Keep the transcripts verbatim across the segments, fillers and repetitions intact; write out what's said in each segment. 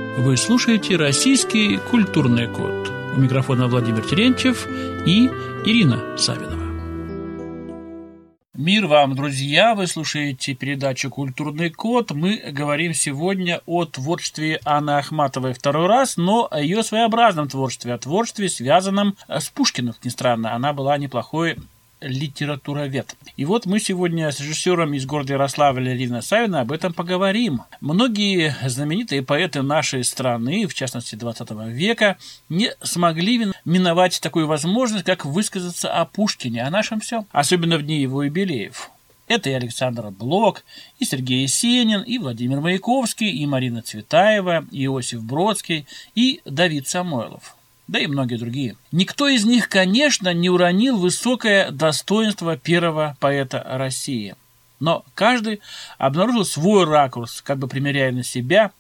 Вы слушаете «Российский культурный код». У микрофона Владимир Терентьев и Ирина Савинова. Мир вам, друзья! Вы слушаете передачу «Культурный код». Мы говорим сегодня о творчестве Анны Ахматовой второй раз, но о ее своеобразном творчестве, о творчестве, связанном с Пушкиным, как ни странно. Она была неплохой литературовед. И вот мы сегодня с режиссером из города Ярославля Ириной Савиной об этом поговорим. Многие знаменитые поэты нашей страны, в частности двадцатого века, не смогли миновать такую возможность, как высказаться о Пушкине, о нашем всем, особенно в дни его юбилеев. Это и Александр Блок, и Сергей Есенин, и Владимир Маяковский, и Марина Цветаева, и Иосиф Бродский, и Давид Самойлов. Да и многие другие. Никто из них, конечно, не уронил высокое достоинство первого поэта России. Но каждый обнаружил свой ракурс, как бы примеряя на себя,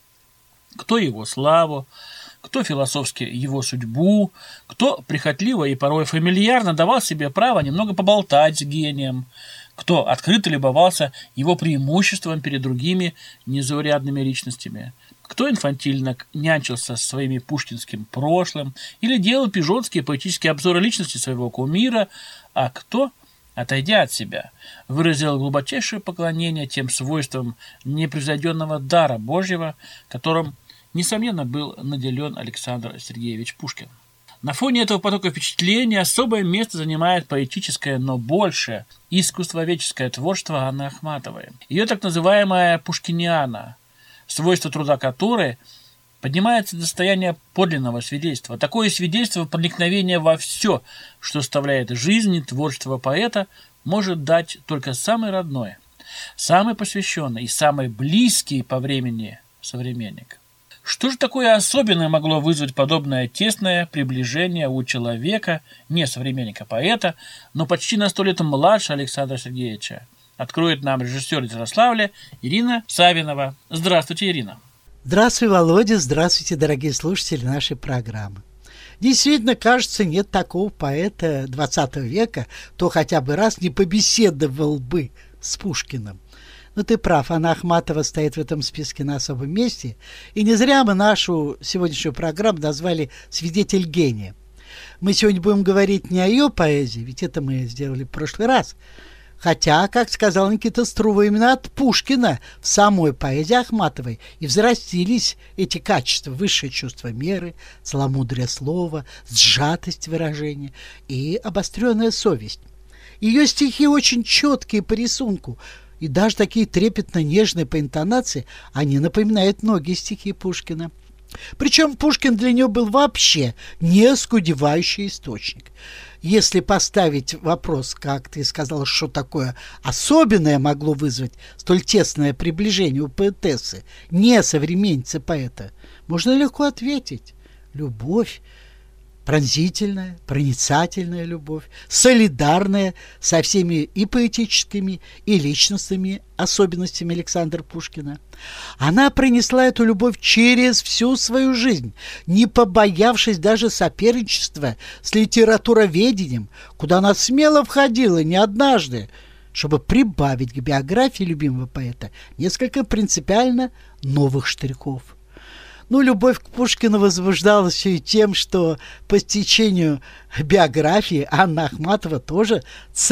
кто его славу, кто философски его судьбу, кто прихотливо и порой фамильярно давал себе право немного поболтать с гением, кто открыто любовался его преимуществом перед другими незаурядными личностями, кто инфантильно нянчился со своими пушкинским прошлым или делал пижонские поэтические обзоры личности своего кумира, а кто, отойдя от себя, выразил глубочайшее поклонение тем свойствам непревзойденного дара Божьего, которым, несомненно, был наделен Александр Сергеевич Пушкин. На фоне этого потока впечатлений особое место занимает поэтическое, но большее искусствоведческое творчество Анны Ахматовой. Ее так называемая пушкиниана, свойство труда которой поднимается до состояния подлинного свидетельства. Такое свидетельство проникновения во все, что составляет жизнь и творчество поэта, может дать только самый родной, самый посвященный и самый близкий по времени современник. Что же такое особенное могло вызвать подобное тесное приближение у человека, не современника поэта, но почти на сто лет младше Александра Сергеевича? Откроет нам режиссер из Ярославля Ирина Савинова. Здравствуйте, Ирина. Здравствуй, Володя. Здравствуйте, дорогие слушатели нашей программы. Действительно, кажется, нет такого поэта двадцатого века, кто хотя бы раз не побеседовал бы с Пушкиным. Но ты прав, Анна Ахматова стоит в этом списке на особом месте. И не зря мы нашу сегодняшнюю программу назвали «Свидетель гения». Мы сегодня будем говорить не о ее поэзии, ведь это мы сделали в прошлый раз. Хотя, как сказал Никита Струва, именно от Пушкина в самой поэзии Ахматовой и взрастились эти качества: высшее чувство меры, целомудрие слова, сжатость выражения и обостренная совесть. Ее стихи очень четкие по рисунку, и даже такие трепетно нежные по интонации, они напоминают многие стихи Пушкина. Причем Пушкин для нее был вообще не оскудевающий источник. Если поставить вопрос, как ты сказал, что такое особенное могло вызвать столь тесное приближение у поэтессы, не современницы поэта, можно легко ответить: любовь. Пронзительная, проницательная любовь, солидарная со всеми и поэтическими, и личностными особенностями Александра Пушкина. Она пронесла эту любовь через всю свою жизнь, не побоявшись даже соперничества с литературоведением, куда она смело входила не однажды, чтобы прибавить к биографии любимого поэта несколько принципиально новых штрихов. Ну, любовь к Пушкину возбуждалась еще и тем, что по стечению биографии Анна Ахматова тоже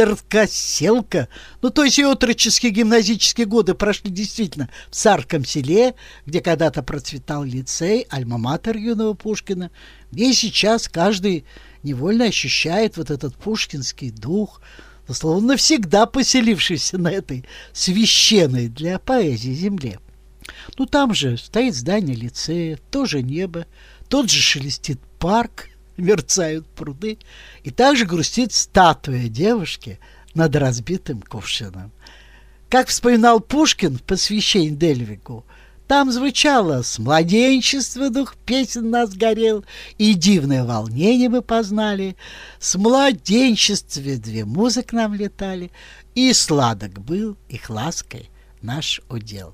царкоселка. Ну, то есть ее отроческие гимназические годы прошли действительно в Царском Селе, где когда-то процветал лицей, альма-матер юного Пушкина, где и сейчас каждый невольно ощущает вот этот пушкинский дух, словно навсегда поселившийся на этой священной для поэзии земле. Ну, там же стоит здание лицея, тоже небо, тот же шелестит парк, мерцают пруды, и также грустит статуя девушки над разбитым кувшином. Как вспоминал Пушкин в посвящении Дельвигу, там звучало: «С младенчества дух песен нас горел, и дивное волнение мы познали, с младенчестве две музы к нам летали, и сладок был их лаской наш удел».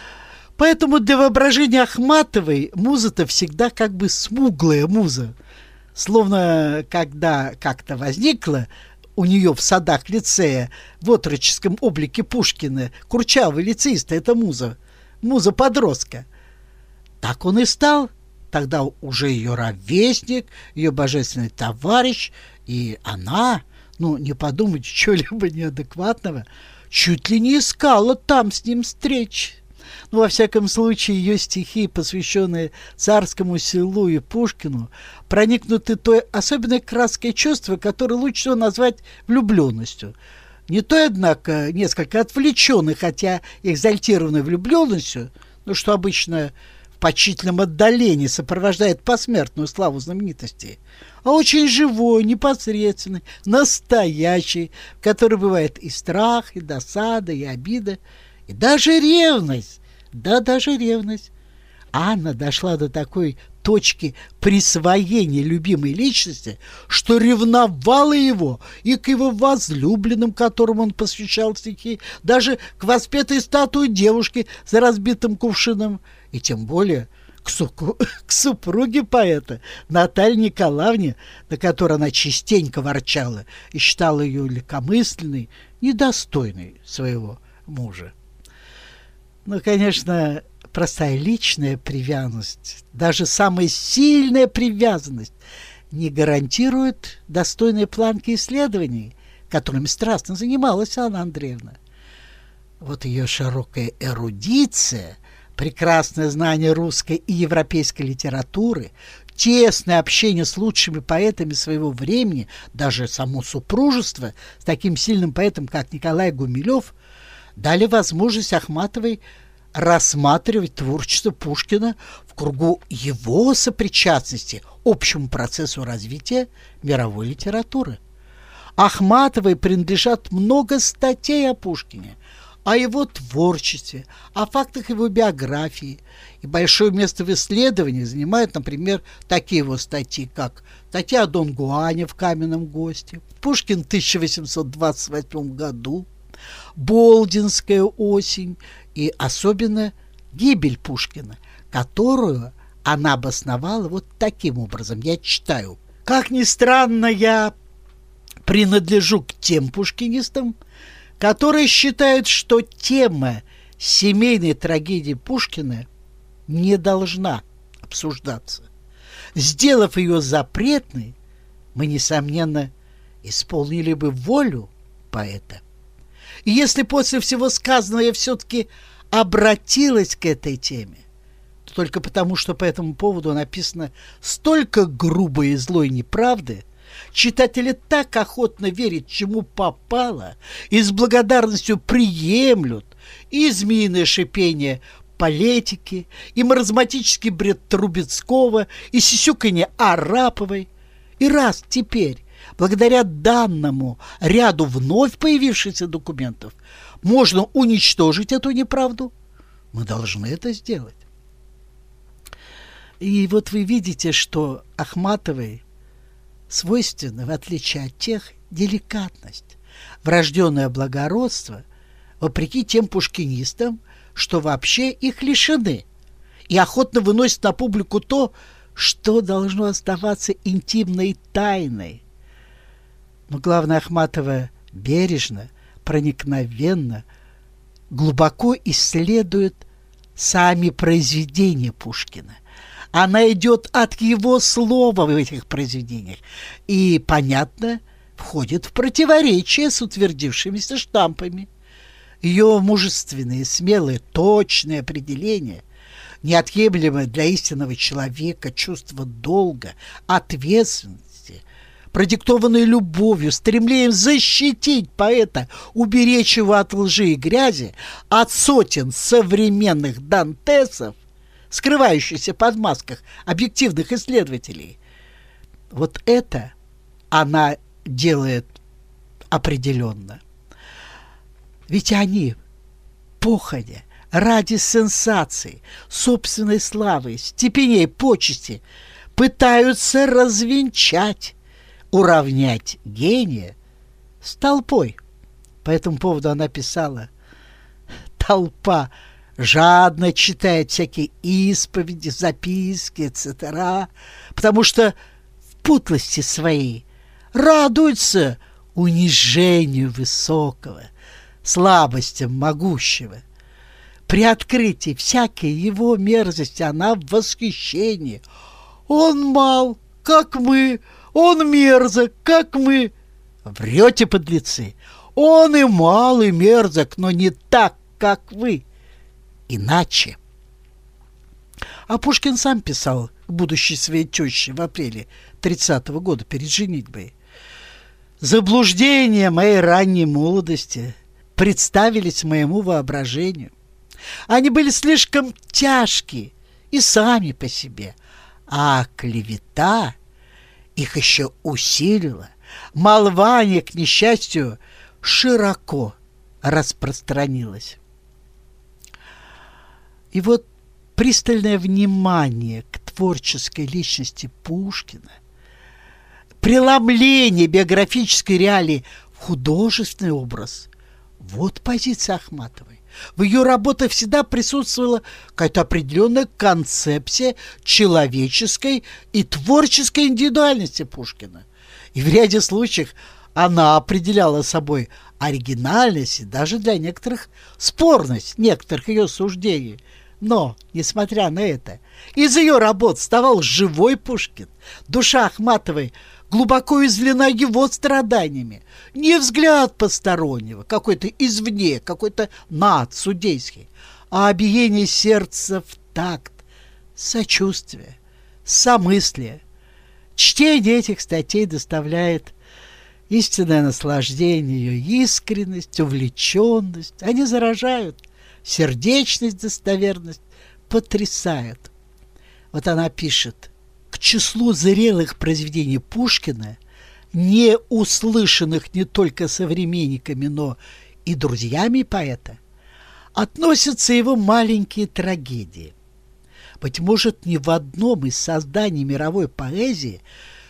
Поэтому для воображения Ахматовой муза-то всегда как бы смуглая муза. Словно когда как-то возникла у нее в садах лицея в отроческом облике Пушкина курчавый лицеист, это муза, муза-подростка, Так он и стал тогда уже ее ровесник, ее божественный товарищ, и она, ну, не подумать чего-либо неадекватного, чуть ли не искала там с ним встреч. Ну, во всяком случае, ее стихи, посвященные Царскому Селу и Пушкину, проникнуты той особенной краской чувства, которое лучше всего назвать влюбленностью. Не той, однако, несколько отвлеченной, хотя экзальтированной влюбленностью, ну, что обычно в почтительном отдалении сопровождает посмертную славу знаменитостей, а очень живой, непосредственный, настоящий, в которой бывает и страх, и досада, и обида, и даже ревность. Да, даже ревность. Анна дошла до такой точки присвоения любимой личности, что ревновала его и к его возлюбленным, которым он посвящал стихи, даже к воспетой статуе девушки за разбитым кувшином, и тем более к, суку, к супруге поэта Наталье Николаевне, на которой она частенько ворчала и считала ее легкомысленной, недостойной своего мужа. Ну, конечно, простая личная привязанность, даже самая сильная привязанность не гарантирует достойной планки исследований, которыми страстно занималась Анна Андреевна. Вот ее широкая эрудиция, прекрасное знание русской и европейской литературы, тесное общение с лучшими поэтами своего времени, даже само супружество с таким сильным поэтом, как Николай Гумилев, дали возможность Ахматовой рассматривать творчество Пушкина в кругу его сопричастности общему процессу развития мировой литературы. Ахматовой принадлежат много статей о Пушкине, о его творчестве, о фактах его биографии. И большое место в исследовании занимают, например, такие его статьи, как статья о Дон Гуане в «Каменном госте», Пушкин в тысяча восемьсот двадцать восьмом году, Болдинская осень и особенно гибель Пушкина, которую она обосновала вот таким образом. Я читаю. Как ни странно, я принадлежу к тем пушкинистам, которые считают, что тема семейной трагедии Пушкина не должна обсуждаться. Сделав ее запретной, мы, несомненно, исполнили бы волю поэта. И если после всего сказанного я все-таки обратилась к этой теме, то только потому, что по этому поводу написано столько грубой и злой неправды, читатели так охотно верят, чему попало, и с благодарностью приемлют и змеиное шипение Палетики, и маразматический бред Трубецкого, и сисюканье Араповой. И раз теперь, благодаря данному ряду вновь появившихся документов, можно уничтожить эту неправду, мы должны это сделать. И вот вы видите, что Ахматовой свойственна, в отличие от тех, деликатность, врожденное благородство, вопреки тем пушкинистам, что вообще их лишены, и охотно выносят на публику то, что должно оставаться интимной тайной. Но главное, Ахматова бережно, проникновенно, глубоко исследует сами произведения Пушкина. Она идет от его слова в этих произведениях и, понятно, входит в противоречие с утвердившимися штампами. Ее мужественные, смелые, точные определения, неотъемлемое для истинного человека чувство долга, ответственности, продиктованные любовью, стремлением защитить поэта, уберечь его от лжи и грязи, от сотен современных дантесов, скрывающихся под масках объективных исследователей. Вот это она делает определенно. Ведь они, походя, ради сенсаций, собственной славы, степеней, почести, пытаются развенчать, уравнять гения с толпой. По этому поводу она писала: толпа жадно читает всякие исповеди, записки, et cetera, потому что в путлости своей радуется унижению высокого, слабостям могущего. При открытии всякой его мерзости она в восхищении. Он мал, как мы, он мерзок, как мы. Врете, подлецы. Он и мал, и мерзок, но не так, как вы. Иначе. А Пушкин сам писал к будущей своей теще в апреле тридцатого года перед женитьбой: «Заблуждения моей ранней молодости представились моему воображению. Они были слишком тяжкие и сами по себе, а клевета их еще усилила. Молва, к несчастью, широко распространилась». И вот пристальное внимание к творческой личности Пушкина, преломление биографической реалии в художественный образ – вот позиция Ахматовой. В ее работах всегда присутствовала какая-то определенная концепция человеческой и творческой индивидуальности Пушкина. И в ряде случаев она определяла собой оригинальность и даже для некоторых спорность некоторых ее суждений. Но, несмотря на это, из ее работ вставал живой Пушкин. Душа Ахматовой глубоко извлена его страданиями. Не взгляд постороннего, какой-то извне, какой-то надсудейский, а биение сердца в такт, сочувствие, сомыслие. Чтение этих статей доставляет истинное наслаждение, ее искренность, увлеченность. Они заражают, сердечность, достоверность потрясают. Вот она пишет: к числу зрелых произведений Пушкина, не услышанных не только современниками, но и друзьями поэта, относятся его маленькие трагедии. Быть может, ни в одном из созданий мировой поэзии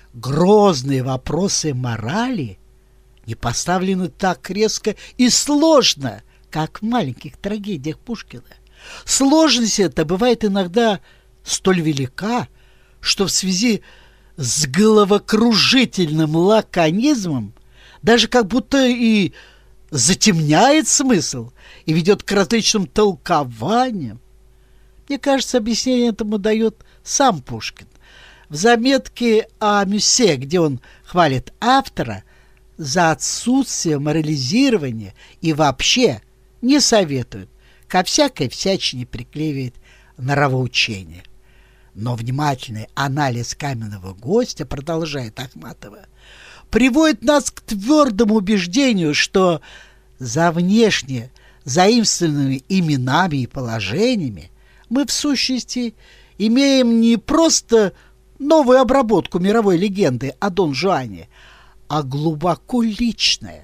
грозные вопросы морали не поставлены так резко и сложно, как в маленьких трагедиях Пушкина. Сложность эта бывает иногда столь велика, что в связи с головокружительным лаконизмом даже как будто и затемняет смысл и ведет к различным толкованиям. Мне кажется, объяснение этому дает сам Пушкин. В заметке о Мюссе, где он хвалит автора за отсутствие морализирования и вообще не советует, ко всякой всячине приклеивает нравоучение. Но внимательный анализ каменного гостя, продолжает Ахматова, приводит нас к твердому убеждению, что за внешне заимствованными именами и положениями мы в сущности имеем не просто новую обработку мировой легенды о Дон Жуане, а глубоко личное,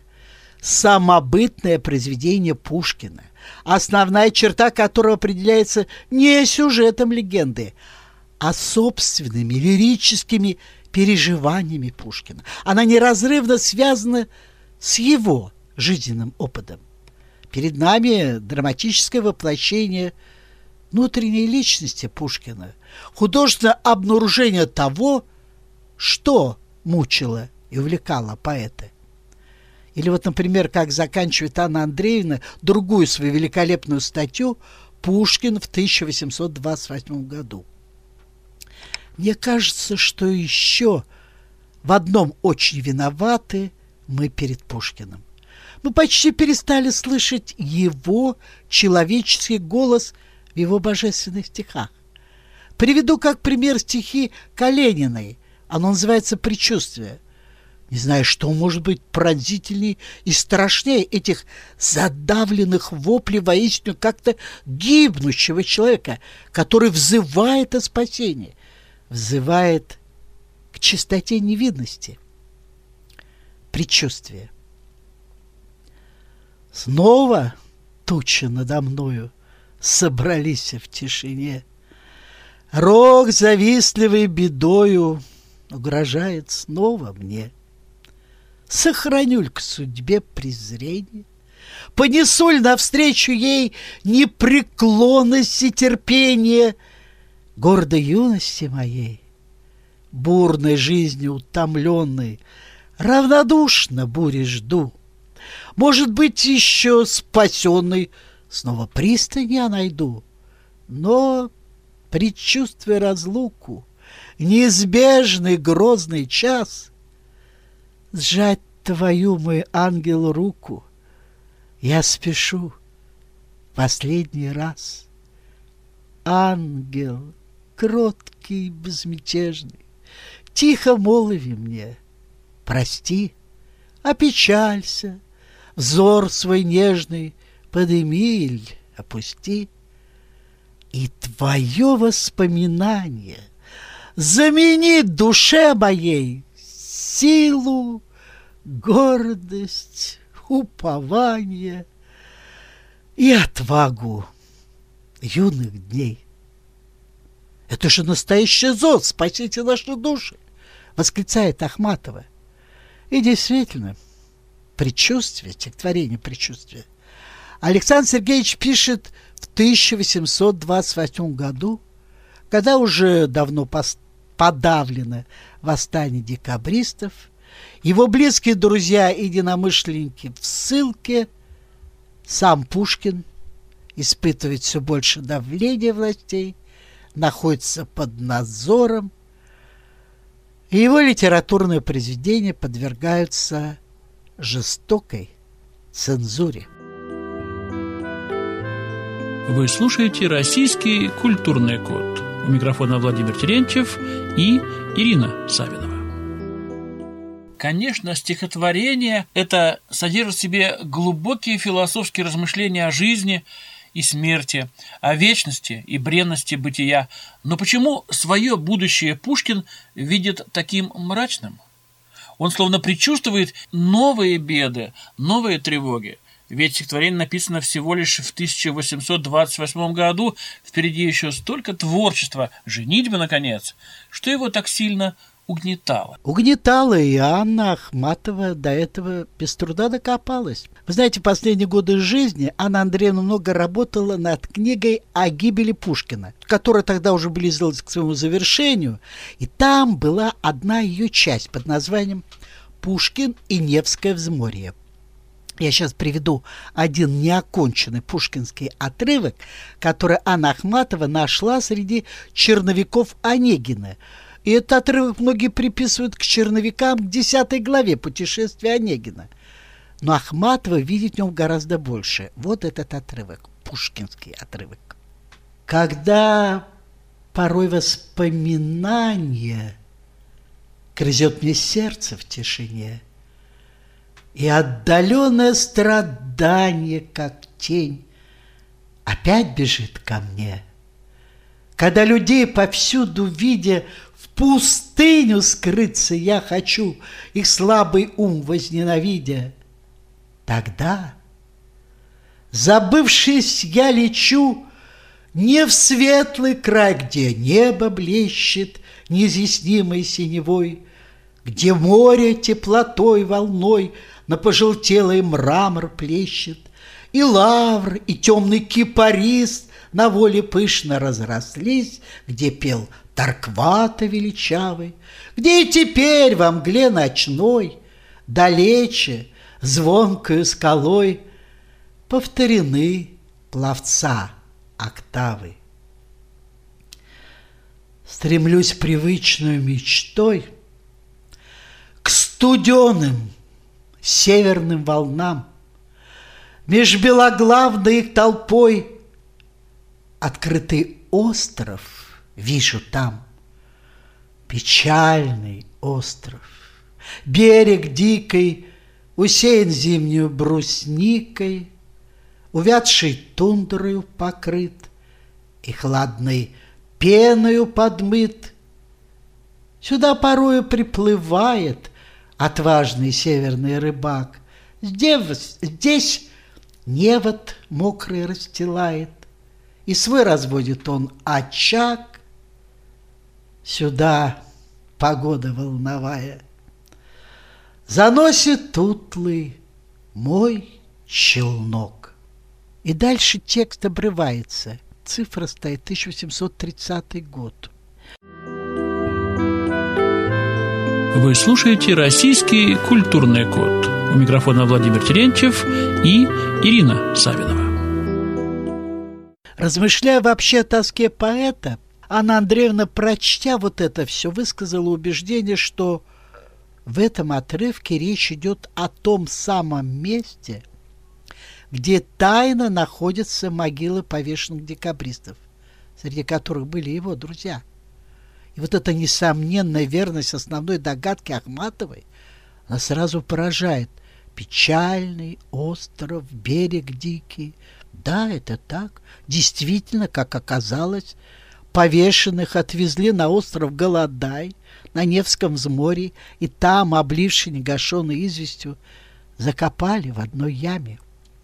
самобытное произведение Пушкина, основная черта которого определяется не сюжетом легенды, а собственными лирическими переживаниями Пушкина. Она неразрывно связана с его жизненным опытом. Перед нами драматическое воплощение внутренней личности Пушкина, художественное обнаружение того, что мучило и увлекало поэта. Или вот, например, как заканчивает Анна Андреевна другую свою великолепную статью «Пушкин в тысяча восемьсот двадцать восьмом году». Мне кажется, что еще в одном очень виноваты мы перед Пушкиным. Мы почти перестали слышать его человеческий голос в его божественных стихах. Приведу как пример стихи Калениной. Оно называется «Предчувствие». Не знаю, что может быть пронзительнее и страшнее этих задавленных воплей воистину как-то гибнущего человека, который взывает о спасении, взывает к чистоте невинности. Предчувствие. Снова тучи надо мною собрались в тишине. Рок, завистливый бедою, угрожает снова мне. Сохраню к судьбе презрение, понесу ль навстречу ей непреклонность и терпение гордой юности моей, бурной жизнью утомленной, равнодушно бури жду. Может быть, еще спасенный снова пристань я найду, но, предчувствуя разлуку, неизбежный грозный час, сжать твою, мой ангел, руку я спешу последний раз. Ангел, кроткий, безмятежный, тихо молви мне: прости, опечалься, взор свой нежный подыми или опусти, и твое воспоминание заменит душе моей силу, гордость, упование и отвагу юных дней. Это же настоящий зов, спасите наши души, восклицает Ахматова. И действительно, предчувствие, стихотворение «Предчувствие» Александр Сергеевич пишет в тысяча восемьсот двадцать восьмом году, когда уже давно подавлено восстание декабристов, его близкие друзья и единомышленники в ссылке, сам Пушкин испытывает все больше давления властей, находится под надзором, и его литературные произведения подвергаются жестокой цензуре. Вы слушаете «Российский культурный код». У микрофона Владимир Терентьев и Ирина Савинова. Конечно, стихотворение это содержит в себе глубокие философские размышления о жизни и смерти, о вечности и бренности бытия. Но почему свое будущее Пушкин видит таким мрачным? Он словно предчувствует новые беды, новые тревоги. Ведь стихотворение написано всего лишь в тысяча восемьсот двадцать восьмом году, впереди еще столько творчества, женитьбы, наконец, что его так сильно угнетало. Угнетало, и Анна Ахматова до этого без труда докопалась. Вы знаете, последние годы жизни Анна Андреевна много работала над книгой о гибели Пушкина, которая тогда уже близилась к своему завершению, и там была одна ее часть под названием «Пушкин и Невское взморье». Я сейчас приведу один неоконченный пушкинский отрывок, который Анна Ахматова нашла среди черновиков Онегина. И этот отрывок многие приписывают к черновикам к десятой главе «Путешествия Онегина». Но Ахматова видит в нем гораздо больше. Вот этот отрывок, пушкинский отрывок. Когда порой воспоминание грызет мне сердце в тишине, и отдаленное страдание, как тень, опять бежит ко мне. Когда людей повсюду видя, в пустыню скрыться я хочу, их слабый ум возненавидя, тогда, забывшись, я лечу не в светлый край, где небо блещет неизъяснимой синевой, где море теплотой волной на пожелтелый мрамор плещет, и лавр, и темный кипарис на воле пышно разрослись, где пел Торквата величавый, где и теперь во мгле ночной, далече, звонкою скалой, повторены пловца октавы. Стремлюсь привычную мечтой к студеным северным волнам, меж белоглавной их толпой открытый остров вижу там, печальный остров, берег дикой усеян зимнюю брусникой, увядшей тундрою покрыт и хладной пеною подмыт. Сюда порою приплывает отважный северный рыбак. Здесь, здесь невод мокрый расстилает, и свой разводит он очаг. Сюда погода волновая заносит утлый мой челнок. И дальше текст обрывается. Цифра стоит тысяча восемьсот тридцатый год. Вы слушаете «Российский культурный код». У микрофона Владимир Терентьев и Ирина Савинова. Размышляя вообще о тоске поэта, Анна Андреевна, прочтя вот это все, высказала убеждение, что в этом отрывке речь идет о том самом месте, где тайно находятся могилы повешенных декабристов, среди которых были его друзья. И вот эта несомненная верность основной догадки Ахматовой, она сразу поражает. Печальный остров, берег дикий. Да, это так. Действительно, как оказалось, повешенных отвезли на остров Голодай, на Невском взморье, и там, обливши негашенной известью, закопали в одной яме.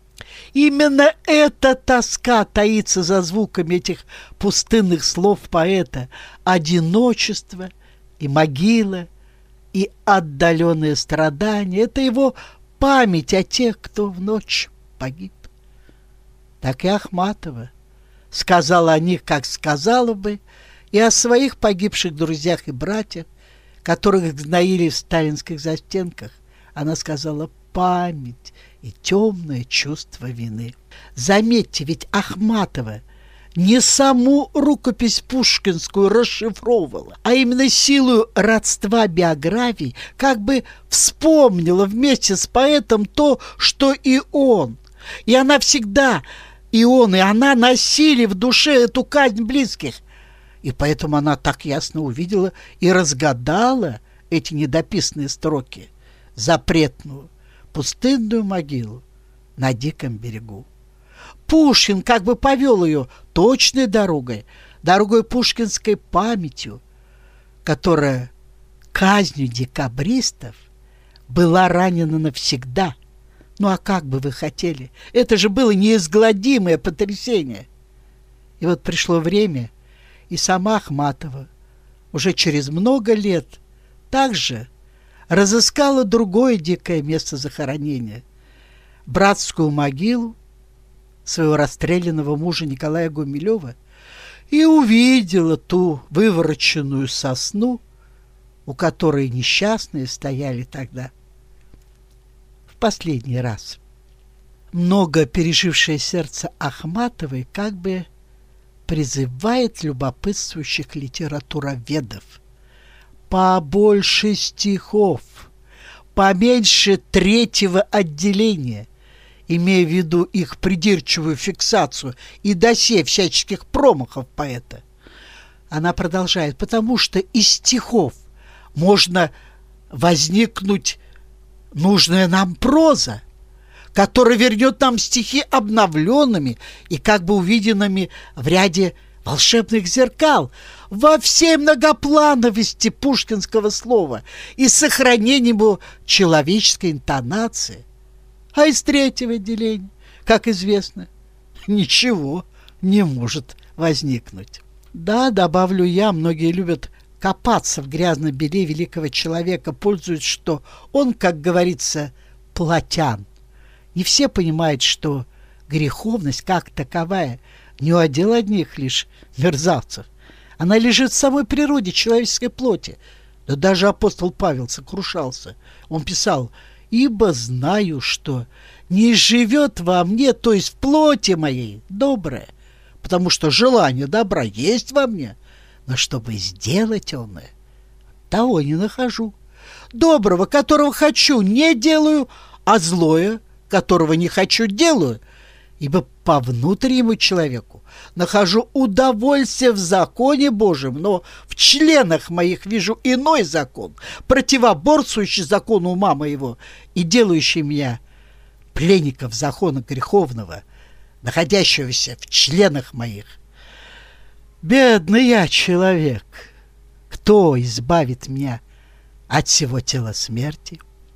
Именно эта тоска таится за звуками этих пустынных слов поэта: одиночество и могила, и отдаленные страдания. Это его память о тех, кто в ночь погиб. Так и Ахматова сказала о них, как сказала бы, и о своих погибших друзьях и братьях, которых гноили в сталинских застенках. Она сказала: память и темное чувство вины. Заметьте, ведь Ахматова не саму рукопись пушкинскую расшифровывала, а именно силу родства биографий как бы вспомнила вместе с поэтом то, что и он. И она всегда, и он, и она носили в душе эту казнь близких. И поэтому она так ясно увидела и разгадала эти недописанные строки: запретную пустынную могилу на диком берегу. Пушкин как бы повел ее точной дорогой, дорогой пушкинской памятью, которая казнью декабристов была ранена навсегда. Ну а как бы вы хотели? Это же было неизгладимое потрясение. И вот пришло время, и сама Ахматова уже через много лет также разыскала другое дикое место захоронения — братскую могилу своего расстрелянного мужа Николая Гумилева, и увидела ту вывороченную сосну, у которой несчастные стояли тогда в последний раз. Много пережившее сердце Ахматовой как бы призывает любопытствующих литературоведов: побольше стихов, поменьше третьего отделения, имея в виду их придирчивую фиксацию и досье всяческих промахов поэта. Она продолжает: потому что из стихов можно возникнуть нужная нам проза, которая вернет нам стихи обновленными и как бы увиденными в ряде волшебных зеркал, во всей многоплановости пушкинского слова и сохранением его человеческой интонации. А из третьего отделения, как известно, ничего не может возникнуть. Да, добавлю я, многие любят копаться в грязном белье великого человека, пользуясь, что он, как говорится, плотян. Не все понимают, что греховность как таковая не удел одних лишь мерзавцев. Она лежит в самой природе человеческой плоти. Да даже апостол Павел сокрушался. Он писал: «Ибо знаю, что не живет во мне, то есть в плоти моей, доброе, потому что желание добра есть во мне, но чтобы сделать темное, того не нахожу. Доброго, которого хочу, не делаю, а злое, которого не хочу, делаю. Ибо по внутреннему человеку нахожу удовольствие в законе Божьем, но в членах моих вижу иной закон, противоборствующий закону ума моего и делающий меня пленников закона греховного, находящегося в членах моих. Бедный я человек! Кто избавит меня от всего тела смерти?»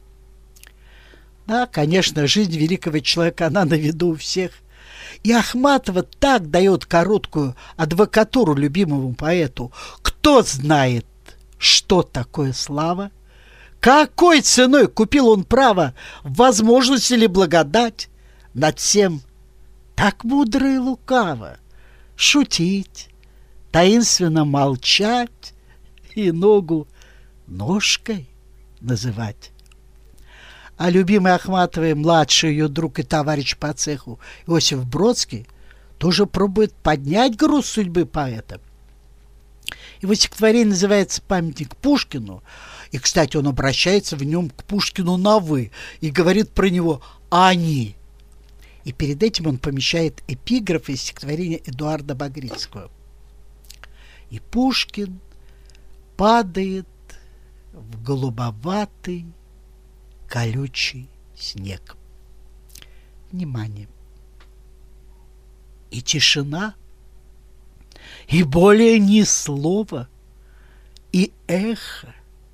Да, конечно, жизнь великого человека, она на виду у всех. И Ахматова так дает короткую адвокатуру любимому поэту. Кто знает, что такое слава? Какой ценой купил он право, возможность или благодать над всем так мудро и лукаво шутить, таинственно молчать и ногу ножкой называть. А любимый Ахматовой младший ее друг и товарищ по цеху Иосиф Бродский тоже пробует поднять груз судьбы поэта. Его стихотворение называется «Памятник Пушкину». И, кстати, он обращается в нем к Пушкину на «вы» и говорит про него «они». И перед этим он помещает эпиграф из стихотворения Эдуарда Багрицкого. И Пушкин падает в голубоватый колючий снег. Внимание! И тишина, и более ни слова, и эхо,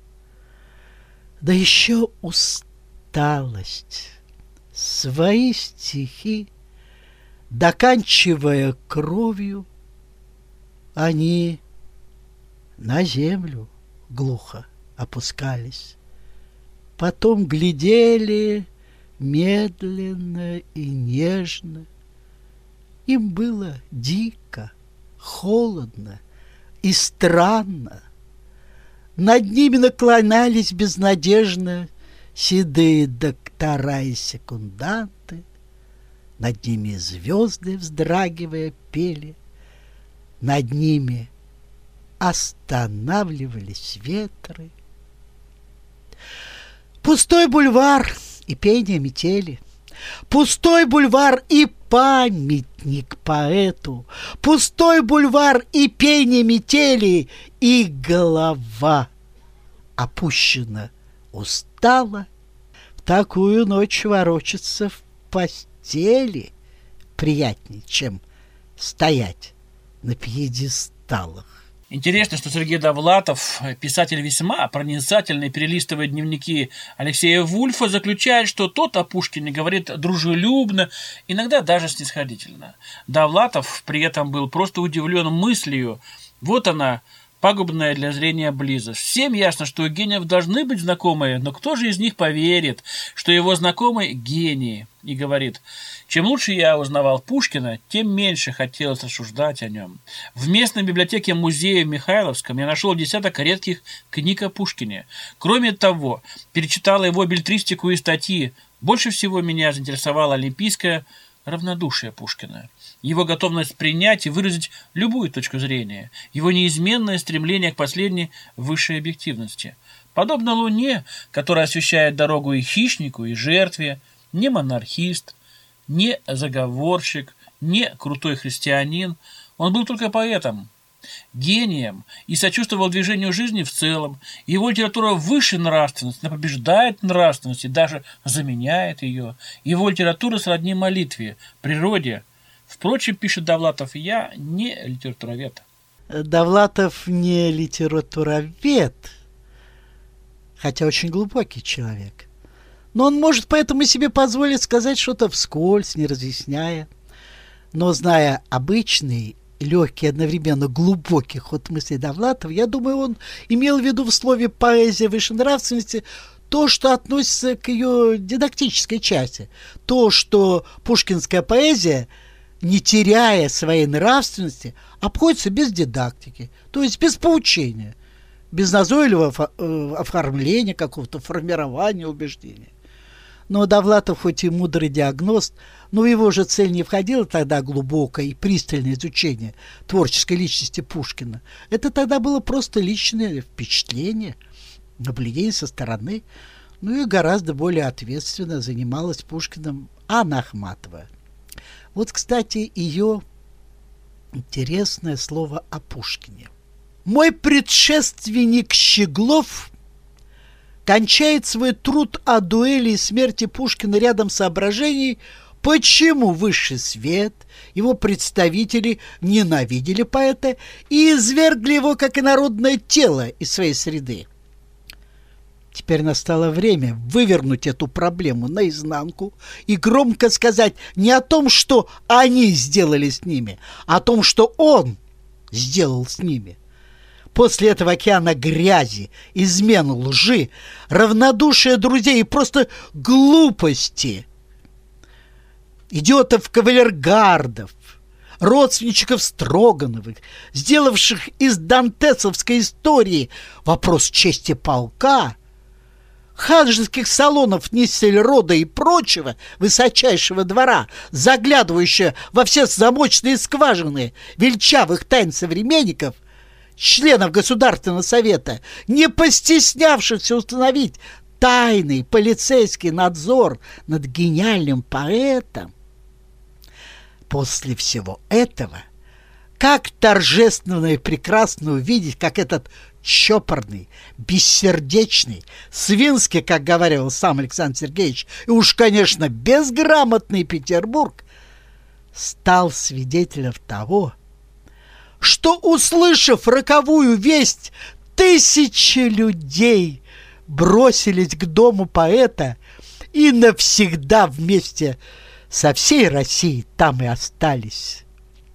да еще усталость. Свои стихи, доканчивая кровью, они на землю глухо опускались. Потом глядели медленно и нежно. Им было дико, холодно и странно. Над ними наклонялись безнадежно седые доктора и секунданты. Над ними звезды, вздрагивая, пели. Над ними останавливались ветры. Пустой бульвар и пение метели. Пустой бульвар и памятник поэту. Пустой бульвар и пение метели. И голова опущена устала. В такую ночь ворочаться в постели приятнее, чем стоять на пьедесталах. Интересно, что Сергей Довлатов, писатель весьма проницательный, перелистывая дневники Алексея Вульфа, заключает, что тот о Пушкине говорит дружелюбно, иногда даже снисходительно. Довлатов при этом был просто удивлен мыслью. Вот она, пагубная для зрения близость. Всем ясно, что у гениев должны быть знакомые, но кто же из них поверит, что его знакомые – гении? И говорит: чем лучше я узнавал Пушкина, тем меньше хотелось рассуждать о нем. В местной библиотеке музея в Михайловском я нашел десяток редких книг о Пушкине. Кроме того, перечитал его беллетристику и статьи. Больше всего меня заинтересовало олимпийское равнодушие Пушкина. Его готовность принять и выразить любую точку зрения, его неизменное стремление к последней высшей объективности. Подобно Луне, которая освещает дорогу и хищнику, и жертве, не монархист, не заговорщик, не крутой христианин, он был только поэтом, гением и сочувствовал движению жизни в целом. Его литература выше нравственности, она побеждает нравственность и даже заменяет ее. Его литература сродни молитве, природе. Впрочем, пишет Довлатов, я не литературовед. Довлатов не литературовед, хотя очень глубокий человек. Но он может поэтому себе позволить сказать что-то вскользь, не разъясняя. Но зная обычный, легкий, одновременно глубокий ход мыслей Довлатова, я думаю, он имел в виду в слове «поэзия высшей нравственности» то, что относится к ее дидактической части. То, что пушкинская поэзия, не теряя своей нравственности, обходится без дидактики, то есть без поучения, без назойливого оформления какого-то, формирования убеждения. Но Довлатов, хоть и мудрый диагност, но в его же цель не входило тогда глубокое и пристальное изучение творческой личности Пушкина. Это тогда было просто личное впечатление, наблюдение со стороны. Ну и гораздо более ответственно занималась Пушкиным Анна Ахматова. Вот, кстати, ее интересное слово о Пушкине. Мой предшественник Щеглов кончает свой труд о дуэли и смерти Пушкина рядом соображений, почему высший свет, его представители ненавидели поэта и извергли его как инородное тело из своей среды. Теперь настало время вывернуть эту проблему наизнанку и громко сказать не о том, что они сделали с ними, а о том, что он сделал с ними. После этого океана грязи, измен, лжи, равнодушия друзей и просто глупости, идиотов-кавалергардов, родственничков Строгановых, сделавших из дантесовской истории вопрос чести полка, ханжеских салонов Нистельрода и прочего высочайшего двора, заглядывающего во все замочные скважины величавых тайн современников, членов Государственного совета, не постеснявшихся установить тайный полицейский надзор над гениальным поэтом. После всего этого, как торжественно и прекрасно увидеть, как этот чопорный, бессердечный, свинский, как говорил сам Александр Сергеевич, и уж, конечно, безграмотный Петербург стал свидетелем того, что, услышав роковую весть, тысячи людей бросились к дому поэта и навсегда вместе со всей Россией там и остались.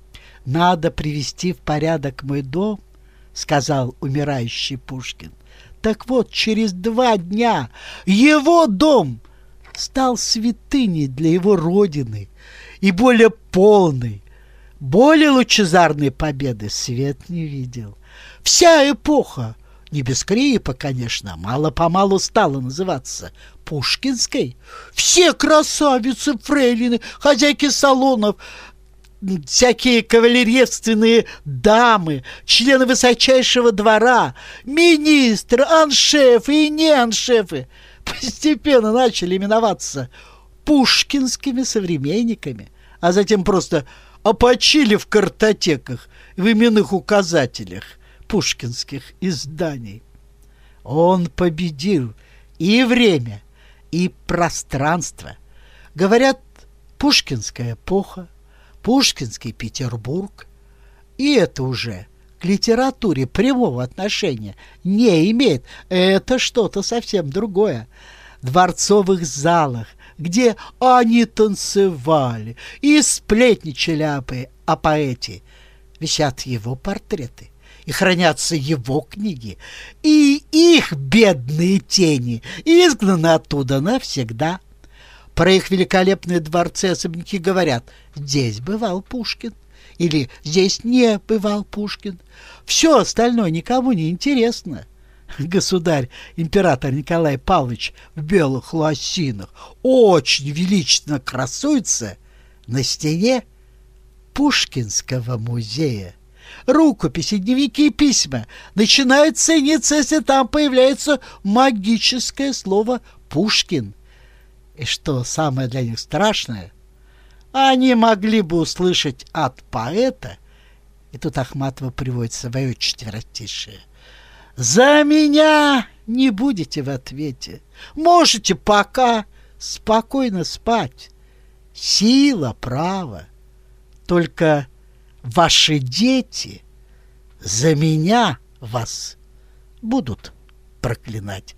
«Надо привести в порядок мой дом», — сказал умирающий Пушкин. Так вот, через два дня его дом стал святыней для его родины, и более полной, более лучезарной победы свет не видел. Вся эпоха, не без скрипа, конечно, мало-помалу стала называться пушкинской. Все красавицы, фрейлины, хозяйки салонов, всякие кавалерийственные дамы, члены высочайшего двора, министры, аншефы и не аншефы постепенно начали именоваться пушкинскими современниками, а затем просто опочили в картотеках, в именных указателях пушкинских изданий. Он победил и время, и пространство. Говорят, пушкинская эпоха, пушкинский Петербург, и это уже к литературе прямого отношения не имеет. Это что-то совсем другое. В дворцовых залах, где они танцевали и сплетничали о поэте, висят его портреты, и хранятся его книги, и их бедные тени изгнаны оттуда навсегда. Про их великолепные дворцы особняки говорят: здесь бывал Пушкин, или здесь не бывал Пушкин. Все остальное никому не интересно. Государь, император Николай Павлович в белых лосинах очень величественно красуется на стене Пушкинского музея. Рукописи, дневники и письма начинают цениться, если там появляется магическое слово «Пушкин». И что самое для них страшное, они могли бы услышать от поэта, и тут Ахматова приводит свое четверостишее: «За меня не будете в ответе, можете пока спокойно спать, сила, право, только ваши дети за меня вас будут проклинать».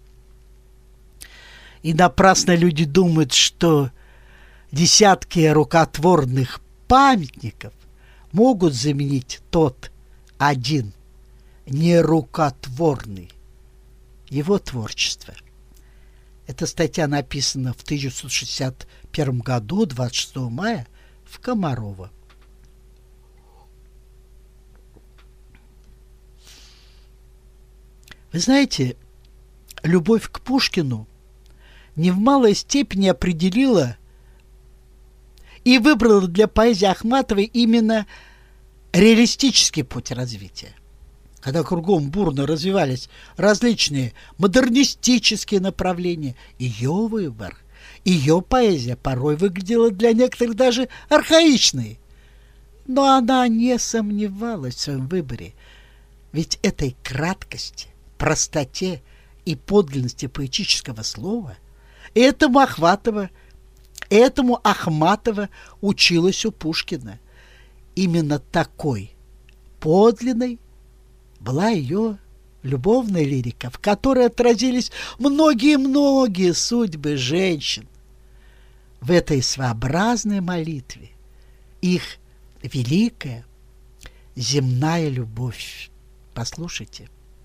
И напрасно люди думают, что десятки рукотворных памятников могут заменить тот один нерукотворный его творчество. Эта статья написана в тысяча девятьсот шестьдесят первом году, двадцать шестого мая, в Комарово. Вы знаете, любовь к Пушкину не в малой степени определила и выбрала для поэзии Ахматовой именно реалистический путь развития. Когда кругом бурно развивались различные модернистические направления, ее выбор, ее поэзия порой выглядела для некоторых даже архаичной. Но она не сомневалась в своем выборе, ведь этой краткости, простоте и подлинности поэтического слова этому Ахматова, этому Ахматова училась у Пушкина. Именно такой подлинной была ее любовная лирика, в которой отразились многие-многие судьбы женщин. В этой своеобразной молитве их великая земная любовь. Послушайте.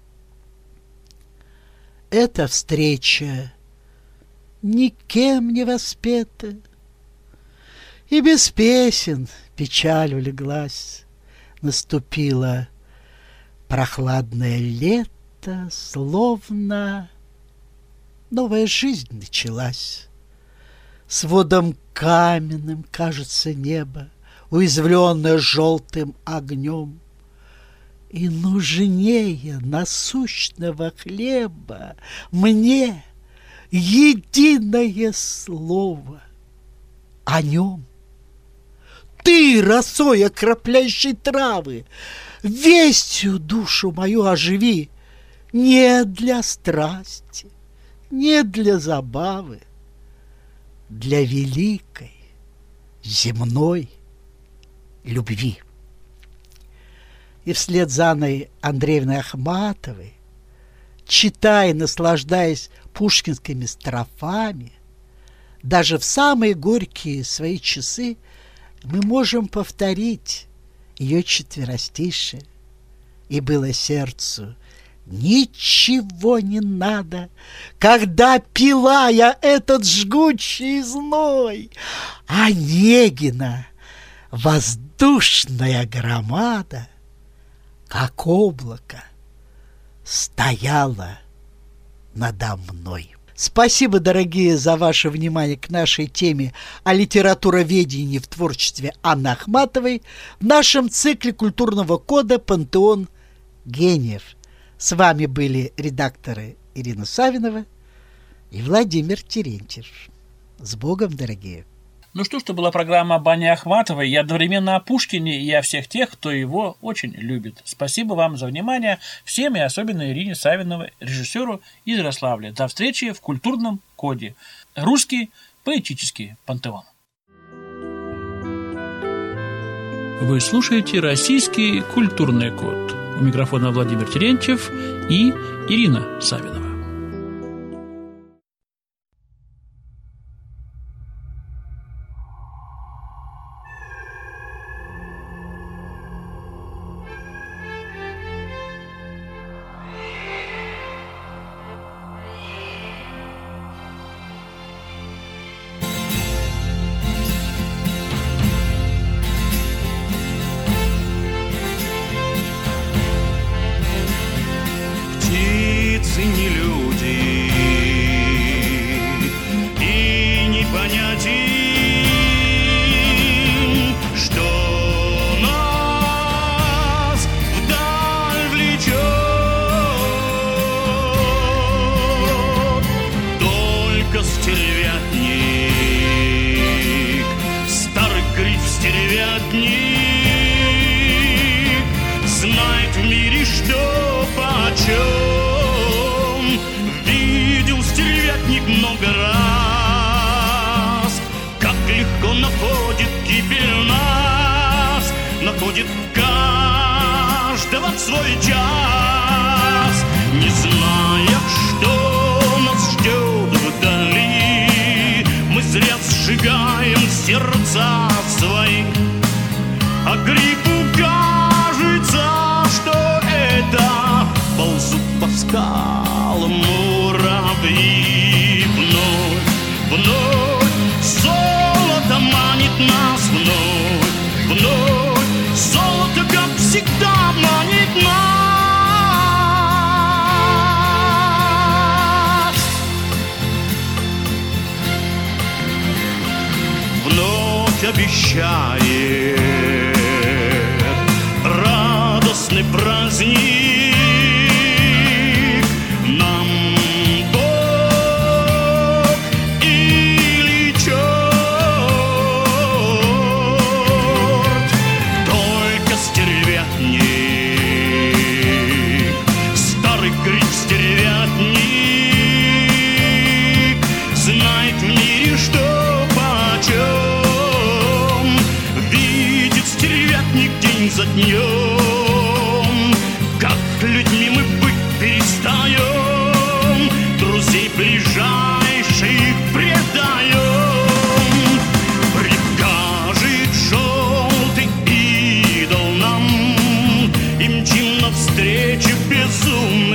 Эта встреча никем не воспета, и без песен печаль улеглась. Наступило прохладное лето, словно новая жизнь началась. С водом каменным кажется небо, уязвленное желтым огнем. И нужнее насущного хлеба мне единое слово о нем. Ты, росой окропляющей травы, вестью душу мою оживи, не для страсти, не для забавы, для великой земной любви. И вслед за Анной Андреевной Ахматовой, читая и наслаждаясь пушкинскими строфами, даже в самые горькие свои часы мы можем повторить ее четверостишие. И было сердцу ничего не надо, когда пила я этот жгучий зной, Онегина воздушная громада, как облако, стояла надо мной. Спасибо, дорогие, за ваше внимание к нашей теме о литературоведении в творчестве Анны Ахматовой в нашем цикле культурного кода «Пантеон гениев». С вами были редакторы Ирина Савинова и Владимир Терентьев. С Богом, дорогие! Ну что ж, это была программа об Анне Ахматовой и одновременно о Пушкине и о всех тех, кто его очень любит. Спасибо вам за внимание, всем и особенно Ирине Савиновой, режиссеру из Ярославля. До встречи в культурном коде. Русский поэтический пантеон. Вы слушаете российский культурный код. У микрофона Владимир Терентьев и Ирина Савинова. Не люди и не понять им, что нас вдаль влечет. Только стервятник, старый гриф стервятник, знает в мире, что почем. Много раз, как легко находит гибель нас, находит каждого в свой час, не зная, что нас ждет вдали. Мы зря сжигаем сердца свои, а грибу кажется, что это ползут по скалам муравьи. Вновь золото манит нас, вновь, вновь золото, как всегда, манит нас. Вновь обещает радостный праздник нам. За днем, как людьми мы быть перестаем, друзей ближайших предаем. Прикажет желтый идол нам, и мчим навстречу безумно.